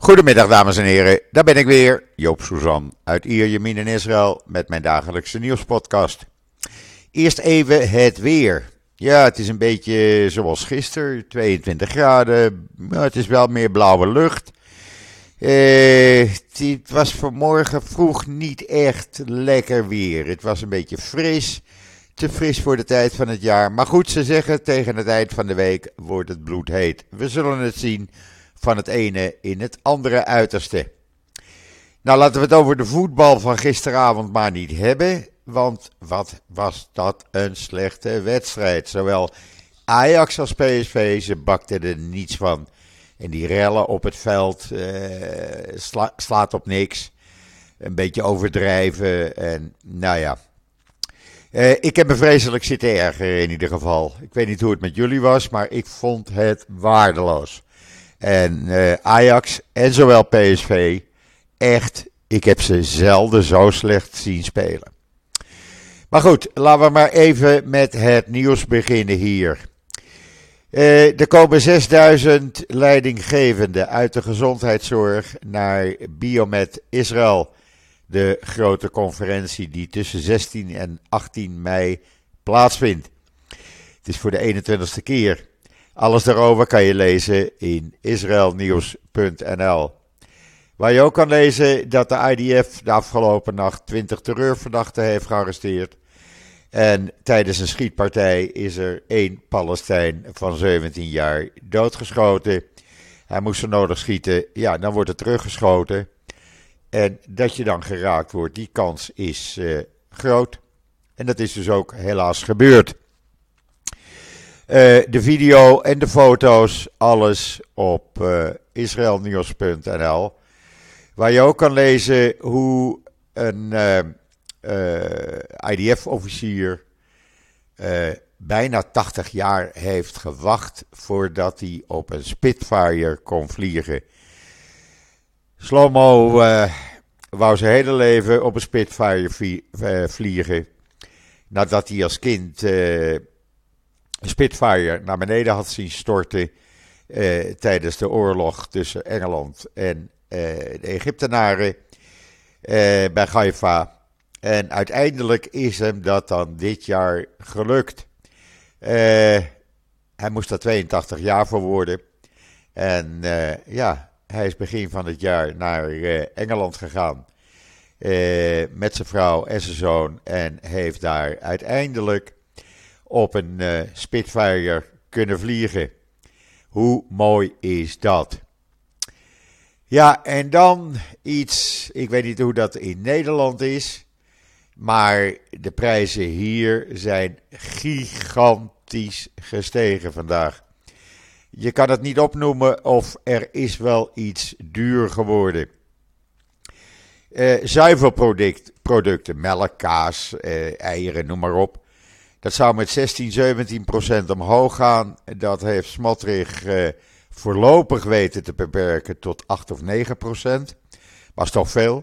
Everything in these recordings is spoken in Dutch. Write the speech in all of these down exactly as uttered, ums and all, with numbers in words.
Goedemiddag dames en heren, daar ben ik weer, Joop Suzan uit Ierjemien in Israël met mijn dagelijkse nieuwspodcast. Eerst even het weer. Ja, het is een beetje zoals gisteren, tweeëntwintig graden, maar het is wel meer blauwe lucht. Eh, het was vanmorgen vroeg niet echt lekker weer. Het was een beetje fris, te fris voor de tijd van het jaar. Maar goed, ze zeggen tegen het eind van de week wordt het bloedheet. We zullen het zien van het ene in het andere uiterste. Nou, laten we het over de voetbal van gisteravond maar niet hebben. Want wat was dat een slechte wedstrijd. Zowel Ajax als P S V, ze bakten er niets van. En die rellen op het veld uh, sla, slaat op niks. Een beetje overdrijven en nou ja. Uh, ik heb me vreselijk zitten ergeren in ieder geval. Ik weet niet hoe het met jullie was, maar ik vond het waardeloos. En uh, Ajax en zowel P S V, echt, ik heb ze zelden zo slecht zien spelen. Maar goed, laten we maar even met het nieuws beginnen hier. Uh, er komen zesduizend leidinggevenden uit de gezondheidszorg naar Biomed Israël. De grote conferentie die tussen zestien en achttien mei plaatsvindt. Het is voor de eenentwintigste keer. Alles daarover kan je lezen in israelnieuws punt n l. Waar je ook kan lezen dat de I D F de afgelopen nacht twintig terreurverdachten heeft gearresteerd. En tijdens een schietpartij is er één Palestijn van zeventien jaar doodgeschoten. Hij moest zo nodig schieten, ja, dan wordt er teruggeschoten. En dat je dan geraakt wordt, die kans is uh, groot. En dat is dus ook helaas gebeurd. Uh, de video en de foto's, alles op uh, israelnieuws punt n l. Waar je ook kan lezen hoe een uh, uh, I D F-officier uh, bijna tachtig jaar heeft gewacht voordat hij op een Spitfire kon vliegen. Shlomo uh, wou zijn hele leven op een Spitfire vlie- uh, vliegen. Nadat hij als kind uh, een Spitfire naar beneden had zien storten uh, tijdens de oorlog tussen Engeland en uh, de Egyptenaren uh, bij Haifa. En uiteindelijk is hem dat dan dit jaar gelukt. Uh, hij moest er tweeëntachtig jaar voor worden. En uh, ja, hij is begin van het jaar naar uh, Engeland gegaan. Uh, met zijn vrouw en zijn zoon. En heeft daar uiteindelijk op een uh, Spitfire kunnen vliegen. Hoe mooi is dat? Ja, en dan iets, ik weet niet hoe dat in Nederland is, maar de prijzen hier zijn gigantisch gestegen vandaag. Je kan het niet opnoemen of er is wel iets duur geworden. Uh, zuivelproducten, melk, kaas, uh, eieren, noem maar op. Dat zou met zestien, zeventien procent omhoog gaan. Dat heeft Smotrich uh, voorlopig weten te beperken tot acht of negen procent. Was toch veel.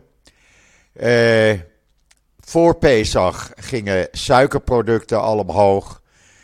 Uh, voor Pesach gingen suikerproducten al omhoog.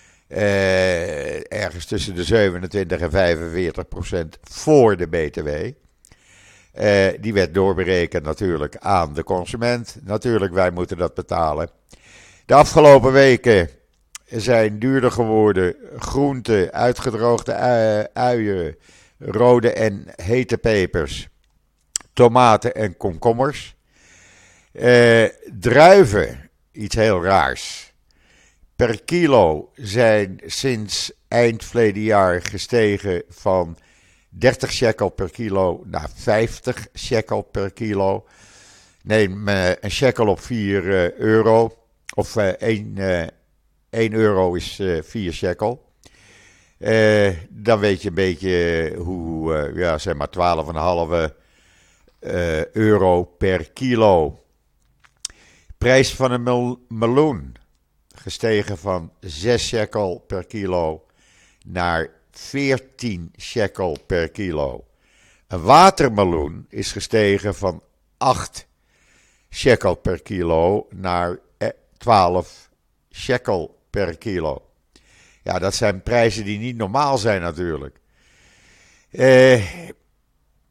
Uh, ergens tussen de zevenentwintig en vijfenveertig procent voor de B T W. Uh, die werd doorberekend natuurlijk aan de consument. Natuurlijk, wij moeten dat betalen. De afgelopen weken zijn duurder geworden groenten, uitgedroogde uien, rode en hete pepers, tomaten en komkommers. Uh, druiven, iets heel raars. Per kilo zijn sinds eind verleden jaar gestegen van dertig shekel per kilo naar vijftig shekel per kilo. Neem uh, een shekel op vier uh, euro. Of uh, één, uh, één euro is uh, vier shekel. Uh, dan weet je een beetje hoe, uh, ja, zeg maar twaalf komma vijf uh, euro per kilo. Prijs van een mel- meloen gestegen van zes shekel per kilo naar veertien shekel per kilo. Een watermeloen is gestegen van acht shekel per kilo naar twaalf shekel per kilo. Ja, dat zijn prijzen die niet normaal zijn natuurlijk. Eh,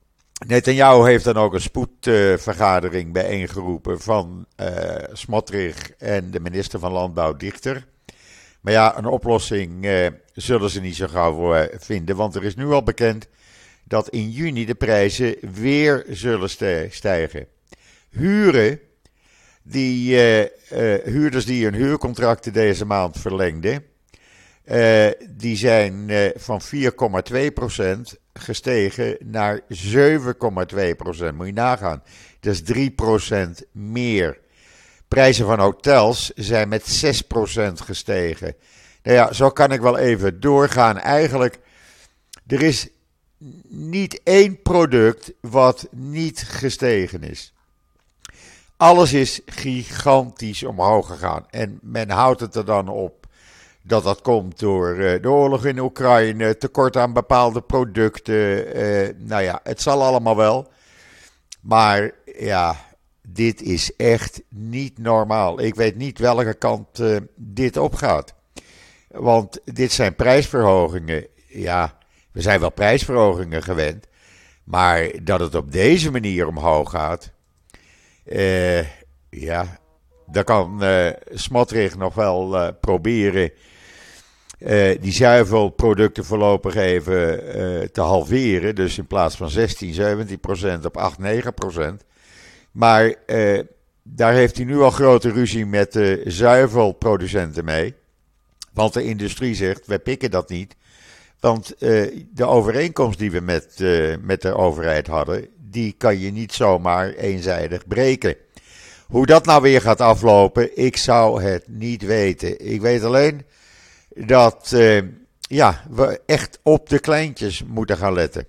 Netanyahu heeft dan ook een spoedvergadering bijeengeroepen van uh, Smotrich en de minister van Landbouw Dichter. Maar ja, een oplossing uh, zullen ze niet zo gauw uh, vinden, want er is nu al bekend dat in juni de prijzen weer zullen stijgen. Huren, die uh, uh, huurders die hun huurcontracten deze maand verlengden, uh, die zijn uh, van vier komma twee procent gestegen naar zeven komma twee procent. Moet je nagaan. Dat is drie procent meer. Prijzen van hotels zijn met zes procent gestegen. Nou ja, zo kan ik wel even doorgaan. Eigenlijk, er is niet één product wat niet gestegen is. Alles is gigantisch omhoog gegaan. En men houdt het er dan op dat dat komt door uh, de oorlog in Oekraïne, tekort aan bepaalde producten. Uh, nou ja, het zal allemaal wel. Maar ja, dit is echt niet normaal. Ik weet niet welke kant uh, dit opgaat. Want dit zijn prijsverhogingen. Ja, we zijn wel prijsverhogingen gewend. Maar dat het op deze manier omhoog gaat. Uh, ja, dan kan uh, Smotrich nog wel uh, proberen uh, die zuivelproducten voorlopig even uh, te halveren. Dus in plaats van zestien, zeventien procent op acht, negen procent. Maar uh, daar heeft hij nu al grote ruzie met de zuivelproducenten mee. Want de industrie zegt, wij pikken dat niet. Want uh, de overeenkomst die we met, uh, met de overheid hadden, die kan je niet zomaar eenzijdig breken. Hoe dat nou weer gaat aflopen, ik zou het niet weten. Ik weet alleen dat uh, ja, we echt op de kleintjes moeten gaan letten.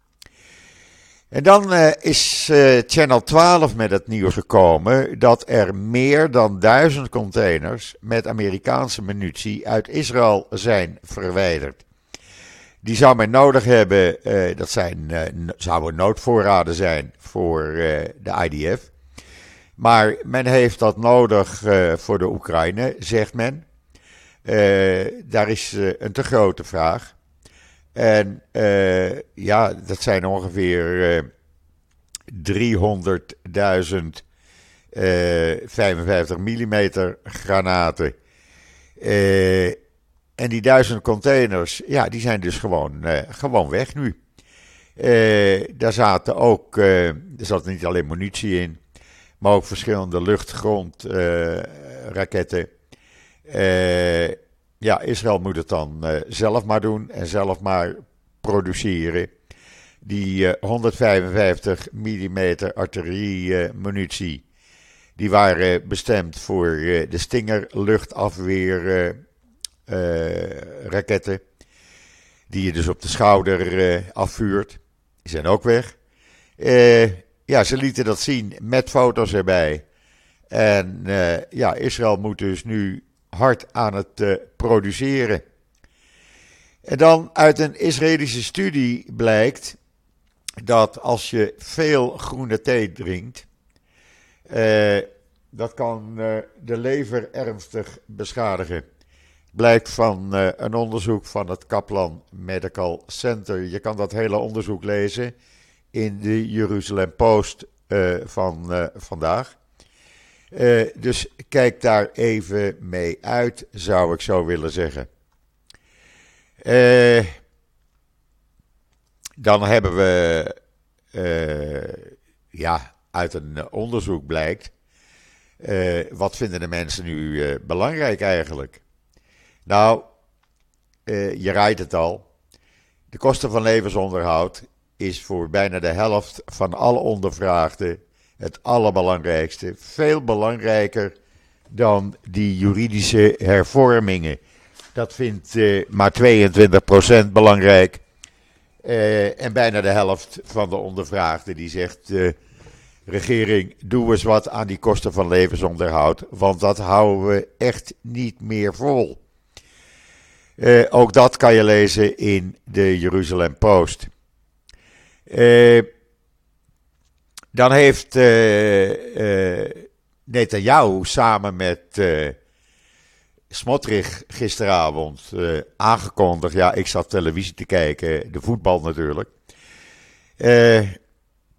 En dan uh, is uh, Channel twaalf met het nieuws gekomen dat er meer dan duizend containers met Amerikaanse munitie uit Israël zijn verwijderd. Die zou men nodig hebben, uh, dat zijn, uh, zouden noodvoorraden zijn voor uh, de I D F. Maar men heeft dat nodig uh, voor de Oekraïne, zegt men. Uh, daar is uh, een te grote vraag. En uh, ja, dat zijn ongeveer uh, driehonderdduizend uh, vijfenvijftig millimeter granaten. Uh, en die duizend containers, ja, die zijn dus gewoon, uh, gewoon weg nu. Uh, daar zaten ook, uh, er zat niet alleen munitie in, maar ook verschillende lucht-grond uh, raketten. Uh, ja, Israël moet het dan uh, zelf maar doen en zelf maar produceren. Die uh, honderdvijfenvijftig millimeter artillerie uh, munitie, die waren bestemd voor uh, de Stinger luchtafweer uh, uh, raketten. Die je dus op de schouder uh, afvuurt. Die zijn ook weg. Uh, ja, ze lieten dat zien met foto's erbij. En uh, ja, Israël moet dus nu hard aan het uh, produceren. En dan uit een Israëlische studie blijkt dat als je veel groene thee drinkt, uh, dat kan uh, de lever ernstig beschadigen. Blijkt van uh, een onderzoek van het Kaplan Medical Center. Je kan dat hele onderzoek lezen in de Jeruzalem Post uh, van uh, vandaag. Uh, dus kijk daar even mee uit, zou ik zo willen zeggen. Uh, dan hebben we, uh, ja, uit een onderzoek blijkt, uh, wat vinden de mensen nu uh, belangrijk eigenlijk? Nou, uh, je raadt het al. De kosten van levensonderhoud is voor bijna de helft van alle ondervraagden het allerbelangrijkste. Veel belangrijker dan die juridische hervormingen. Dat vindt uh, maar tweeëntwintig procent belangrijk. Uh, en bijna de helft van de ondervraagden die zegt, uh, regering, doe eens wat aan die kosten van levensonderhoud. Want dat houden we echt niet meer vol. Uh, ook dat kan je lezen in de Jeruzalem Post. Uh, dan heeft uh, uh, Netanyahu samen met uh, Smotrich gisteravond uh, aangekondigd. Ja, ik zat televisie te kijken, de voetbal natuurlijk. Uh,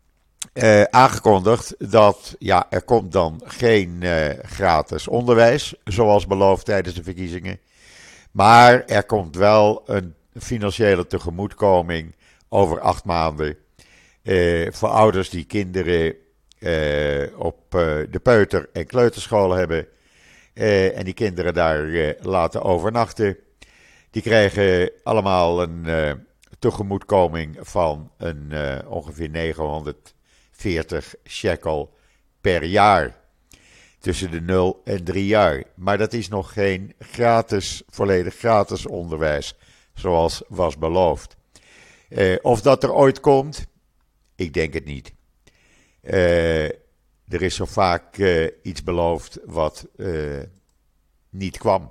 uh, aangekondigd dat ja, er komt dan geen uh, gratis onderwijs, zoals beloofd tijdens de verkiezingen. Maar er komt wel een financiële tegemoetkoming over acht maanden uh, voor ouders die kinderen uh, op uh, de peuter- en kleuterschool hebben uh, en die kinderen daar uh, laten overnachten. Die krijgen allemaal een uh, tegemoetkoming van een uh, ongeveer negenhonderdveertig shekel per jaar. Tussen de nul en drie jaar. Maar dat is nog geen gratis, volledig gratis onderwijs, zoals was beloofd. Uh, of dat er ooit komt, ik denk het niet. Uh, er is zo vaak uh, iets beloofd wat uh, niet kwam.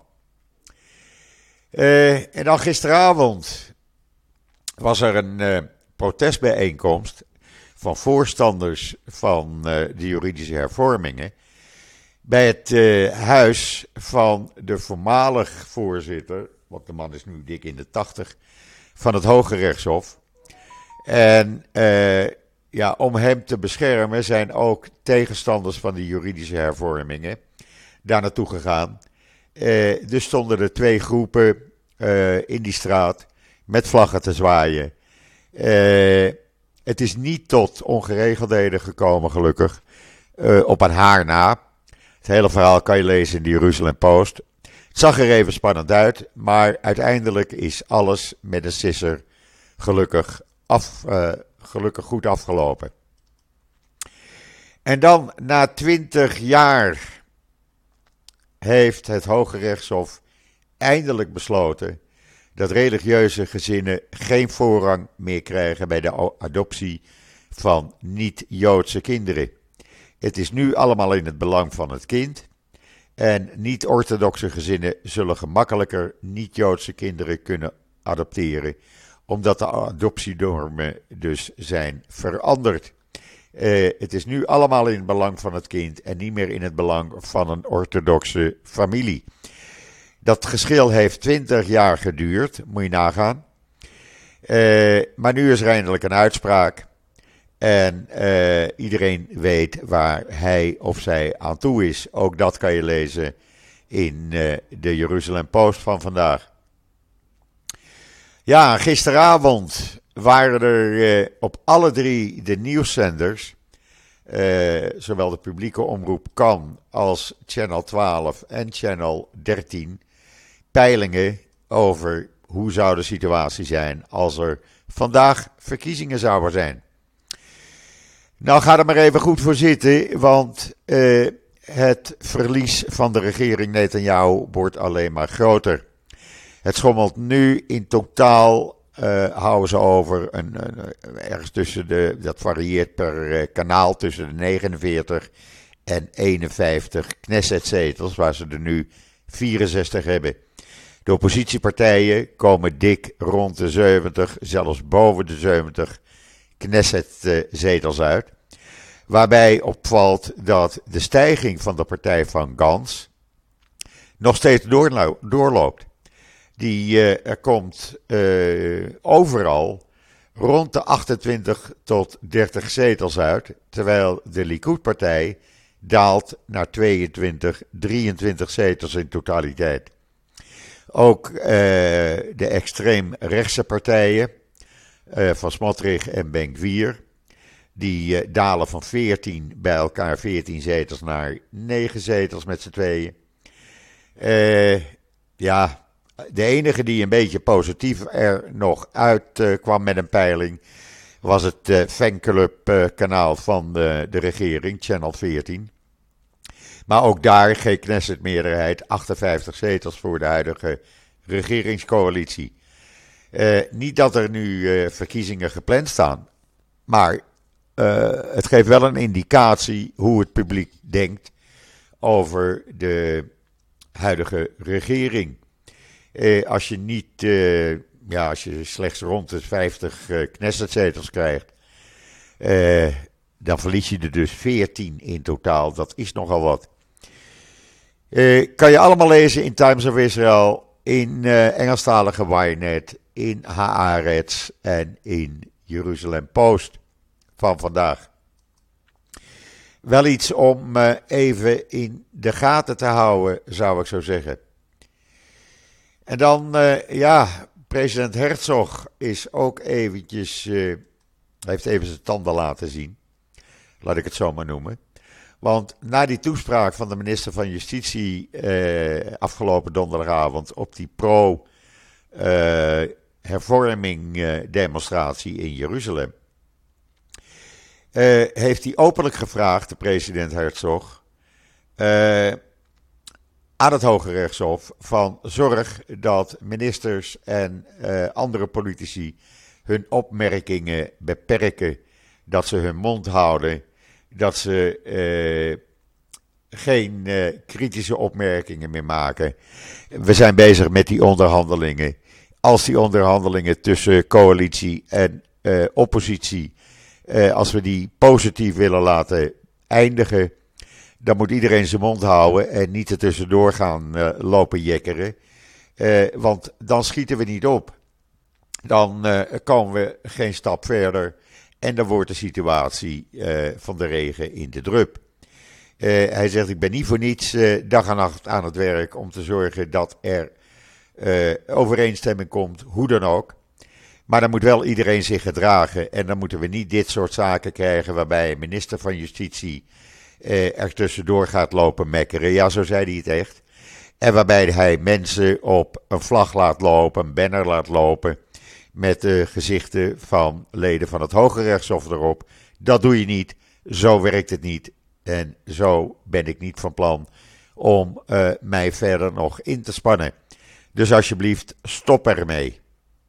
Uh, en dan gisteravond was er een uh, protestbijeenkomst van voorstanders van uh, de juridische hervormingen bij het uh, huis van de voormalig voorzitter, want de man is nu dik in de tachtig, van het Hoge Rechtshof. En uh, ja, om hem te beschermen zijn ook tegenstanders van de juridische hervormingen daar naartoe gegaan. Uh, dus stonden er twee groepen uh, in die straat met vlaggen te zwaaien. Uh, het is niet tot ongeregeldheden gekomen, gelukkig, uh, op een haar na. Het hele verhaal kan je lezen in de Jeruzalem Post. Het zag er even spannend uit, maar uiteindelijk is alles met een sisser gelukkig, af, uh, gelukkig goed afgelopen. En dan, na twintig jaar, heeft het Hoge Rechtshof eindelijk besloten dat religieuze gezinnen geen voorrang meer krijgen bij de adoptie van niet-Joodse kinderen. Het is nu allemaal in het belang van het kind. En niet-orthodoxe gezinnen zullen gemakkelijker niet-Joodse kinderen kunnen adopteren, omdat de adoptienormen dus zijn veranderd. Uh, het is nu allemaal in het belang van het kind en niet meer in het belang van een orthodoxe familie. Dat geschil heeft twintig jaar geduurd, moet je nagaan. Uh, maar nu is er eindelijk een uitspraak. En uh, iedereen weet waar hij of zij aan toe is. Ook dat kan je lezen in uh, de Jeruzalem Post van vandaag. Ja, gisteravond waren er uh, op alle drie de nieuwszenders, uh, zowel de publieke omroep Kan als Channel twaalf en Channel dertien, peilingen over hoe zou de situatie zijn als er vandaag verkiezingen zouden zijn. Nou, ga er maar even goed voor zitten, want uh, het verlies van de regering Netanyahu wordt alleen maar groter. Het schommelt nu in totaal, uh, houden ze over, een, een, ergens tussen de, dat varieert per uh, kanaal, tussen de negenenveertig en eenenvijftig Knessetzetels, waar ze er nu vierenzestig hebben. De oppositiepartijen komen dik rond de zeventig, zelfs boven de zeventig Knessetzetels uit. Waarbij opvalt dat de stijging van de partij van Gans nog steeds doorlo- doorloopt. Die, uh, er komt uh, overal rond de achtentwintig tot dertig zetels uit, terwijl de Likud-partij daalt naar tweeëntwintig, drieëntwintig zetels in totaliteit. Ook uh, de extreemrechtse partijen uh, van Smotrich en Ben-Gvir, die uh, dalen van veertien bij elkaar, veertien zetels naar negen zetels met z'n tweeën. Uh, ja, de enige die een beetje positief er nog uit uh, kwam met een peiling was het uh, fanclub uh, kanaal van de, de regering, Channel veertien. Maar ook daar geen Knesset-meerderheid, achtenvijftig zetels voor de huidige regeringscoalitie. Uh, niet dat er nu uh, verkiezingen gepland staan, maar uh, het geeft wel een indicatie hoe het publiek denkt over de huidige regering. Uh, als je niet, uh, ja, als je slechts rond de vijftig uh, Knessetzetels krijgt, uh, dan verlies je er dus veertien in totaal. Dat is nogal wat. Uh, kan je allemaal lezen in Times of Israel, in uh, Engelstalige Ynet, in Haaretz en in Jeruzalem Post van vandaag. wel iets om uh, even in de gaten te houden, zou ik zo zeggen. En dan, uh, ja, president Herzog is ook eventjes, uh, heeft even zijn tanden laten zien. Laat ik het zo maar noemen. Want na die toespraak van de minister van Justitie uh, afgelopen donderdagavond op die pro-hervorming uh, uh, demonstratie in Jeruzalem, Uh, heeft hij openlijk gevraagd, de president Herzog, uh, aan het Hoge Rechtshof van zorg dat ministers en uh, andere politici hun opmerkingen beperken, dat ze hun mond houden, dat ze uh, geen uh, kritische opmerkingen meer maken. We zijn bezig met die onderhandelingen. Als die onderhandelingen tussen coalitie en uh, oppositie, Uh, als we die positief willen laten eindigen, dan moet iedereen zijn mond houden en niet er tussendoor gaan uh, lopen jekkeren. Uh, want dan schieten we niet op. Dan uh, komen we geen stap verder en dan wordt de situatie uh, van de regen in de drup. Uh, hij zegt, ik ben niet voor niets uh, dag en nacht aan het werk om te zorgen dat er uh, overeenstemming komt, hoe dan ook. Maar dan moet wel iedereen zich gedragen en dan moeten we niet dit soort zaken krijgen waarbij een minister van Justitie eh, er tussendoor gaat lopen mekkeren. Ja, zo zei hij het echt. En waarbij hij mensen op een vlag laat lopen, een banner laat lopen met de gezichten van leden van het Hoge Rechtshof erop. Dat doe je niet, zo werkt het niet en zo ben ik niet van plan om uh, mij verder nog in te spannen. Dus alsjeblieft, stop ermee.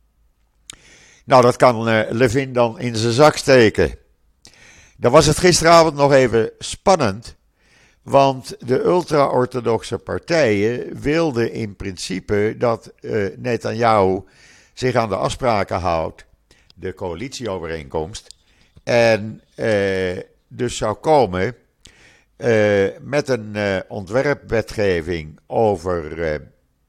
Nou, dat kan uh, Levin dan in zijn zak steken. Dan was het gisteravond nog even spannend, want de ultra-orthodoxe partijen wilden in principe dat uh, Netanyahu zich aan de afspraken houdt, de coalitieovereenkomst, en uh, dus zou komen uh, met een uh, ontwerpwetgeving over uh,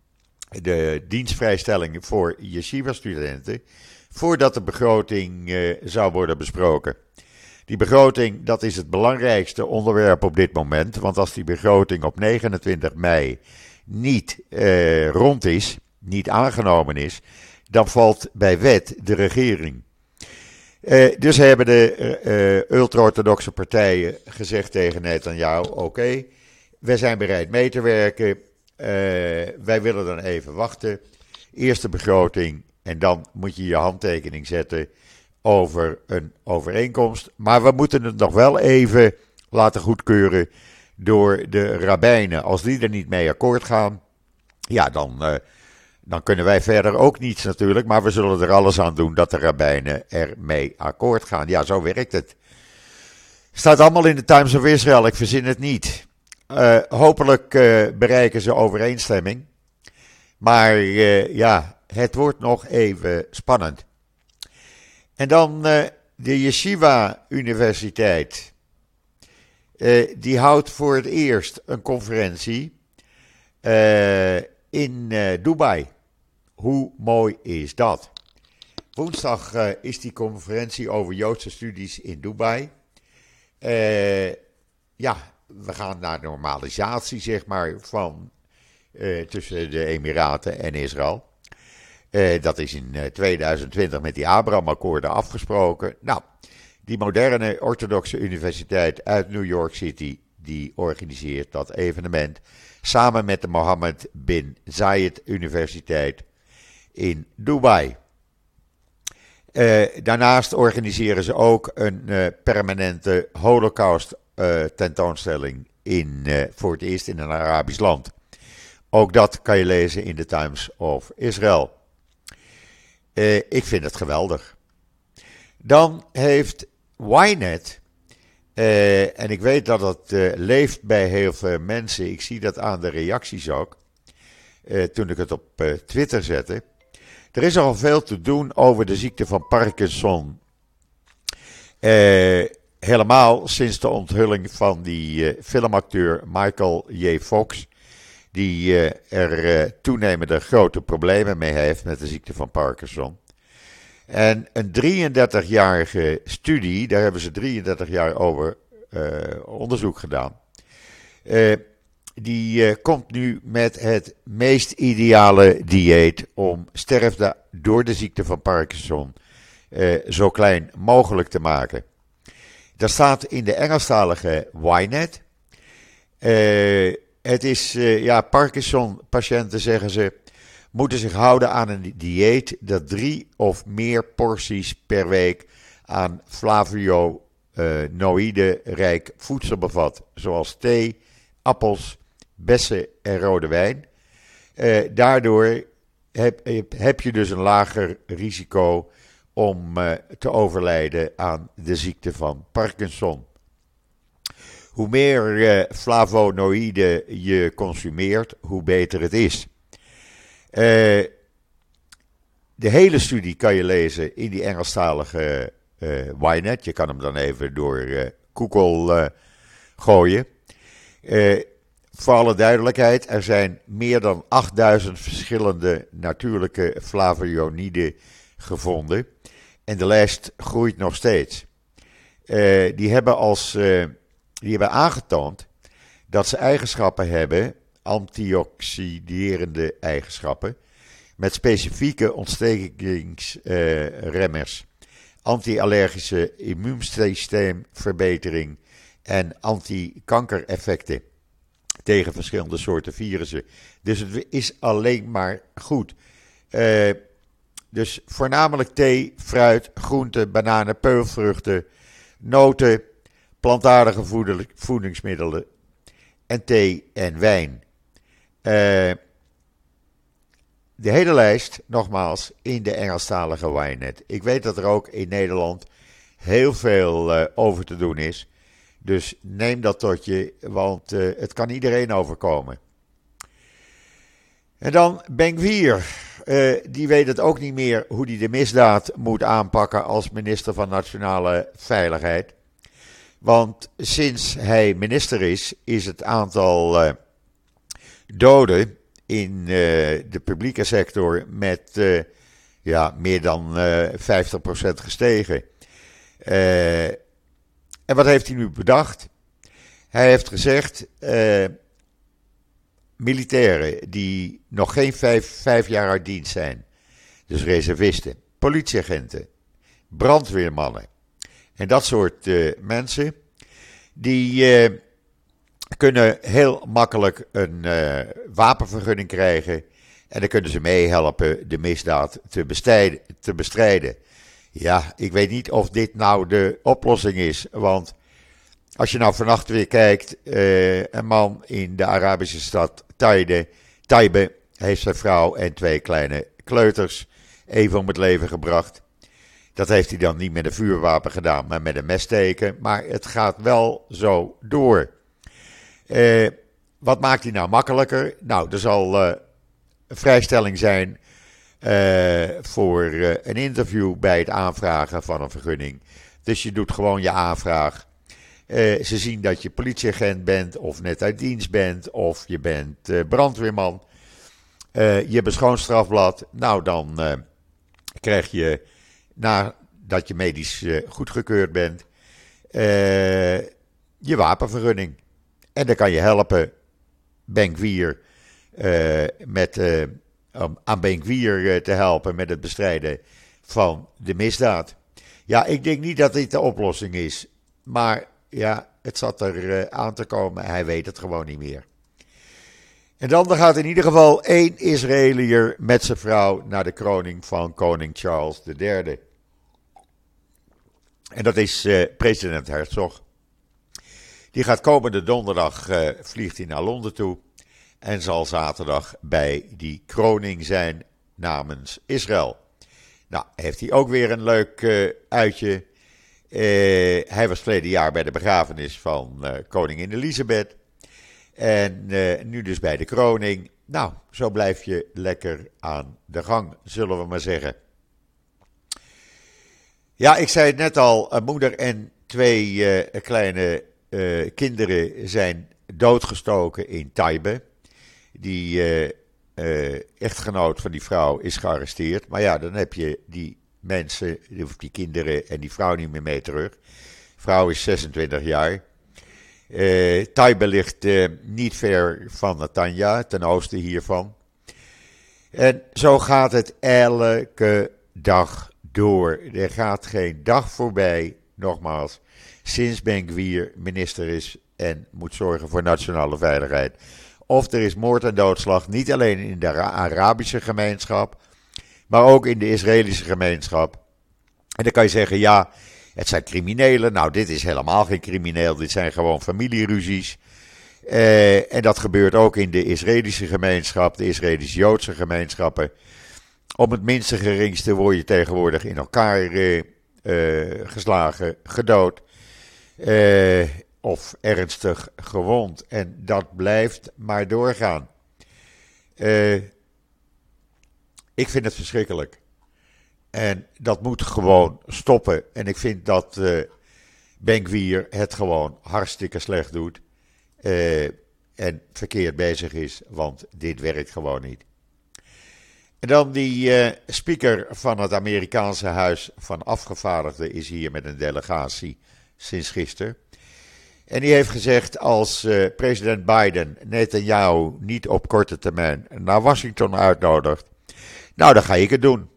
de dienstvrijstelling voor yeshiva-studenten, voordat de begroting uh, zou worden besproken. Die begroting, dat is het belangrijkste onderwerp op dit moment, want als die begroting op negenentwintig mei niet uh, rond is, niet aangenomen is, dan valt bij wet de regering. Uh, dus hebben de uh, ultra-orthodoxe partijen gezegd tegen Netanyahu, oké, okay, wij zijn bereid mee te werken, uh, wij willen dan even wachten, eerste begroting en dan moet je je handtekening zetten over een overeenkomst. Maar we moeten het nog wel even laten goedkeuren door de rabbijnen. Als die er niet mee akkoord gaan, ja, dan, uh, dan kunnen wij verder ook niets natuurlijk. Maar we zullen er alles aan doen dat de rabbijnen er mee akkoord gaan. Ja, zo werkt het. Staat allemaal in de Times of Israel, ik verzin het niet. Uh, hopelijk uh, bereiken ze overeenstemming. Maar uh, ja, het wordt nog even spannend. En dan uh, de Yeshiva Universiteit. Uh, die houdt voor het eerst een conferentie uh, in uh, Dubai. Hoe mooi is dat? Woensdag uh, is die conferentie over Joodse studies in Dubai. Uh, ja, we gaan naar normalisatie, zeg maar, van uh, tussen de Emiraten en Israël. Uh, dat is in uh, tweeduizend twintig met die Abraham-akkoorden afgesproken. Nou, die moderne orthodoxe universiteit uit New York City, die organiseert dat evenement samen met de Mohammed bin Zayed Universiteit in Dubai. Uh, daarnaast organiseren ze ook een uh, permanente Holocaust uh, tentoonstelling in, uh, voor het eerst in een Arabisch land. Ook dat kan je lezen in de Times of Israel. Uh, ik vind het geweldig. Dan heeft Ynet, uh, en ik weet dat het uh, leeft bij heel veel mensen, ik zie dat aan de reacties ook, uh, toen ik het op uh, Twitter zette. Er is al veel te doen over de ziekte van Parkinson. Uh, helemaal sinds de onthulling van die uh, filmacteur Michael J. Fox, die uh, er uh, toenemende grote problemen mee heeft met de ziekte van Parkinson. En een drieëndertigjarige studie, daar hebben ze drieëndertig jaar over uh, onderzoek gedaan. Uh, die uh, komt nu met het meest ideale dieet om sterfte door de ziekte van Parkinson uh, zo klein mogelijk te maken. Dat staat in de Engelstalige Ynet. Uh, het is, uh, ja, Parkinson-patiënten, zeggen ze, moeten zich houden aan een dieet dat drie of meer porties per week aan flavonoïde-rijk voedsel bevat, zoals thee, appels, bessen en rode wijn. Uh, daardoor heb, heb je dus een lager risico om uh, te overlijden aan de ziekte van Parkinson. Hoe meer uh, flavonoïden je consumeert, hoe beter het is. Uh, de hele studie kan je lezen in die Engelstalige uh, Ynet. Je kan hem dan even door uh, Google uh, gooien. Uh, voor alle duidelijkheid, er zijn meer dan achtduizend verschillende natuurlijke flavonoïden gevonden. En de lijst groeit nog steeds. Uh, die hebben als... Uh, Die hebben aangetoond dat ze eigenschappen hebben, antioxiderende eigenschappen, met specifieke ontstekingsremmers, uh, anti-allergische immuunsysteemverbetering en anti-kankereffecten tegen verschillende soorten virussen. Dus het is alleen maar goed. Uh, dus voornamelijk thee, fruit, groenten, bananen, peulvruchten, noten, plantaardige voedingsmiddelen en thee en wijn. Uh, de hele lijst, nogmaals, in de Engelstalige Ynet. Ik weet dat er ook in Nederland heel veel uh, over te doen is. Dus neem dat tot je, want uh, het kan iedereen overkomen. En dan Ben-Gvir. Uh, die weet het ook niet meer hoe hij de misdaad moet aanpakken als minister van Nationale Veiligheid. Want sinds hij minister is, is het aantal uh, doden in uh, de publieke sector met uh, ja, meer dan uh, vijftig procent gestegen. Uh, en wat heeft hij nu bedacht? Hij heeft gezegd, uh, militairen die nog geen vijf, vijf jaar uit dienst zijn, dus reservisten, politieagenten, brandweermannen, en dat soort uh, mensen, die uh, kunnen heel makkelijk een uh, wapenvergunning krijgen. En dan kunnen ze meehelpen de misdaad te bestrijden, te bestrijden. Ja, ik weet niet of dit nou de oplossing is. Want als je nou vannacht weer kijkt, uh, een man in de Arabische stad Taibe, Taibe heeft zijn vrouw en twee kleine kleuters even om het leven gebracht. Dat heeft hij dan niet met een vuurwapen gedaan, maar met een messteken. Maar het gaat wel zo door. Uh, wat maakt hij nou makkelijker? Nou, er zal uh, een vrijstelling zijn uh, voor uh, een interview bij het aanvragen van een vergunning. Dus je doet gewoon je aanvraag. Uh, ze zien dat je politieagent bent of net uit dienst bent of je bent uh, brandweerman. Uh, je hebt een schoon strafblad. Nou, dan uh, krijg je, nadat je medisch uh, goedgekeurd bent, uh, je wapenvergunning. En dan kan je helpen Ben-Gvir uh, met uh, um, aan Ben-Gvir uh, te helpen met het bestrijden van de misdaad. Ja, ik denk niet dat dit de oplossing is. Maar ja, het zat er uh, aan te komen. Hij weet het gewoon niet meer. En dan gaat in ieder geval één Israëliër met zijn vrouw naar de kroning van koning Charles de derde. En dat is uh, president Herzog. Die gaat komende donderdag, uh, vliegt hij naar Londen toe. En zal zaterdag bij die kroning zijn namens Israël. Nou, heeft hij ook weer een leuk uh, uitje. Uh, hij was verleden jaar bij de begrafenis van uh, koningin Elisabeth. En uh, nu dus bij de kroning. Nou, zo blijf je lekker aan de gang, zullen we maar zeggen. Ja, ik zei het net al, een moeder en twee uh, kleine uh, kinderen zijn doodgestoken in Taibe. Die uh, uh, echtgenoot van die vrouw is gearresteerd. Maar ja, dan heb je die mensen, of die kinderen en die vrouw niet meer mee terug. De vrouw is zesentwintig jaar. Uh, Taibe ligt uh, niet ver van Netanya, ten oosten hiervan. En zo gaat het elke dag door. Er gaat geen dag voorbij, nogmaals, sinds Ben-Gvir minister is en moet zorgen voor nationale veiligheid. Of er is moord en doodslag, niet alleen in de Arabische gemeenschap, maar ook in de Israëlische gemeenschap. En dan kan je zeggen, ja, het zijn criminelen. Nou, dit is helemaal geen crimineel, dit zijn gewoon familieruzies. Uh, en dat gebeurt ook in de Israëlische gemeenschap, de Israëlisch-Joodse gemeenschappen. Om het minste geringste word je tegenwoordig in elkaar uh, uh, geslagen, gedood uh, of ernstig gewond. En dat blijft maar doorgaan. Uh, ik vind het verschrikkelijk. En dat moet gewoon stoppen. En ik vind dat uh, Ben-Gvir het gewoon hartstikke slecht doet. Uh, en verkeerd bezig is, want dit werkt gewoon niet. En dan die uh, speaker van het Amerikaanse Huis van Afgevaardigden is hier met een delegatie sinds gisteren. En die heeft gezegd, als uh, president Biden Netanyahu niet op korte termijn naar Washington uitnodigt, nou dan ga ik het doen.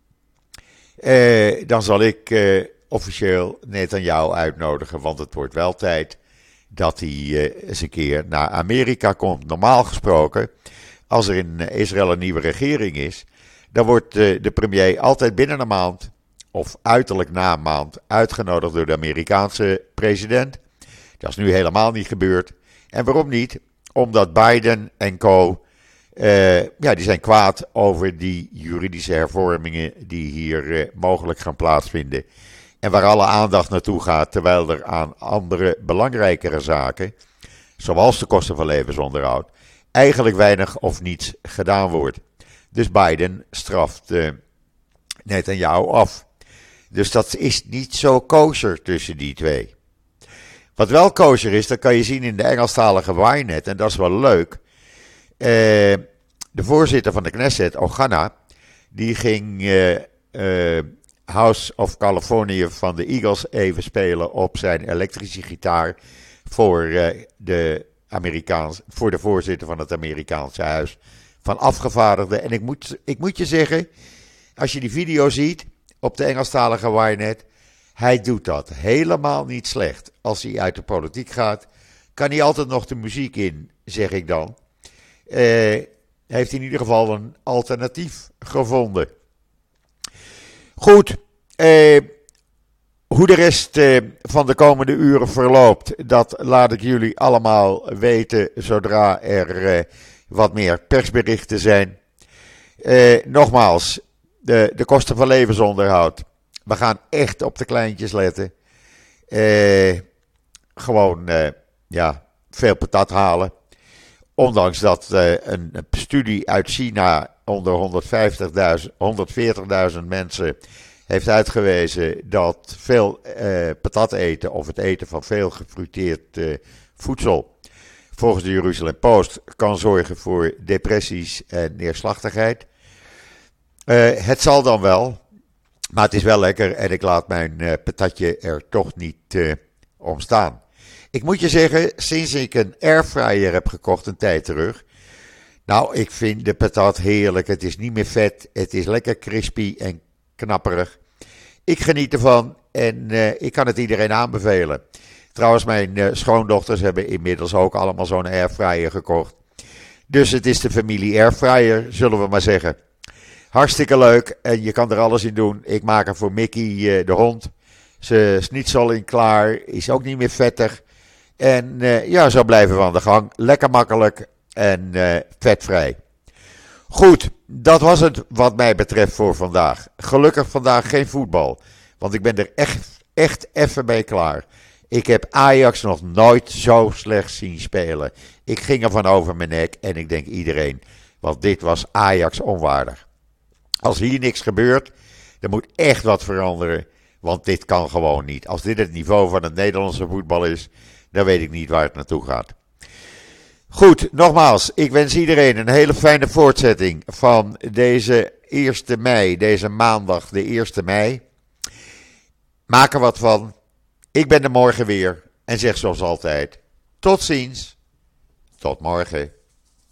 Uh, dan zal ik uh, officieel Netanyahu uitnodigen, want het wordt wel tijd dat hij uh, eens een keer naar Amerika komt. Normaal gesproken, als er in Israël een nieuwe regering is, dan wordt uh, de premier altijd binnen een maand, of uiterlijk na een maand, uitgenodigd door de Amerikaanse president. Dat is nu helemaal niet gebeurd. En waarom niet? Omdat Biden en co. Uh, ja, die zijn kwaad over die juridische hervormingen die hier uh, mogelijk gaan plaatsvinden. En waar alle aandacht naartoe gaat, terwijl er aan andere belangrijkere zaken, zoals de kosten van levensonderhoud, eigenlijk weinig of niets gedaan wordt. Dus Biden straft uh, Netanyahu af. Dus dat is niet zo kosher tussen die twee. Wat wel kosher is, dat kan je zien in de Engelstalige Ynet, en dat is wel leuk. Uh, de voorzitter van de Knesset, Ochana, die ging uh, uh, House of California van de Eagles even spelen op zijn elektrische gitaar voor, uh, de Amerikaans, voor de voorzitter van het Amerikaanse Huis van Afgevaardigden. En ik moet, ik moet je zeggen, als je die video ziet op de Engelstalige Ynet, hij doet dat helemaal niet slecht. Als hij uit de politiek gaat, kan hij altijd nog de muziek in, zeg ik dan. Uh, heeft in ieder geval een alternatief gevonden. Goed, uh, hoe de rest uh, van de komende uren verloopt, dat laat ik jullie allemaal weten zodra er uh, wat meer persberichten zijn. Uh, nogmaals, de, de kosten van levensonderhoud. We gaan echt op de kleintjes letten. Uh, gewoon, uh, ja, veel patat halen. Ondanks dat uh, een, een studie uit China onder honderdvijftigduizend, honderdveertigduizend mensen heeft uitgewezen dat veel uh, patat eten of het eten van veel gefruiteerd uh, voedsel volgens de Jeruzalem Post kan zorgen voor depressies en neerslachtigheid. Uh, het zal dan wel, maar het is wel lekker en ik laat mijn uh, patatje er toch niet uh, om staan. Ik moet je zeggen, sinds ik een airfryer heb gekocht een tijd terug, nou, ik vind de patat heerlijk. Het is niet meer vet, het is lekker crispy en knapperig. Ik geniet ervan en uh, ik kan het iedereen aanbevelen. Trouwens, mijn uh, schoondochters hebben inmiddels ook allemaal zo'n airfryer gekocht. Dus het is de familie airfryer, zullen we maar zeggen. Hartstikke leuk en je kan er alles in doen. Ik maak er voor Mickey uh, de hond. Ze schnitzel in klaar, is ook niet meer vettig. En uh, ja, zo blijven we aan de gang. Lekker makkelijk en uh, vetvrij. Goed, dat was het wat mij betreft voor vandaag. Gelukkig vandaag geen voetbal, want ik ben er echt, echt even mee klaar. Ik heb Ajax nog nooit zo slecht zien spelen. Ik ging ervan over mijn nek en ik denk iedereen, want dit was Ajax onwaardig. Als hier niks gebeurt, dan moet echt wat veranderen, want dit kan gewoon niet. Als dit het niveau van het Nederlandse voetbal is, dan weet ik niet waar het naartoe gaat. Goed, nogmaals, ik wens iedereen een hele fijne voortzetting van deze eerste mei, deze maandag de eerste mei. Maak er wat van. Ik ben er morgen weer en zeg zoals altijd, Tot ziens. Tot morgen.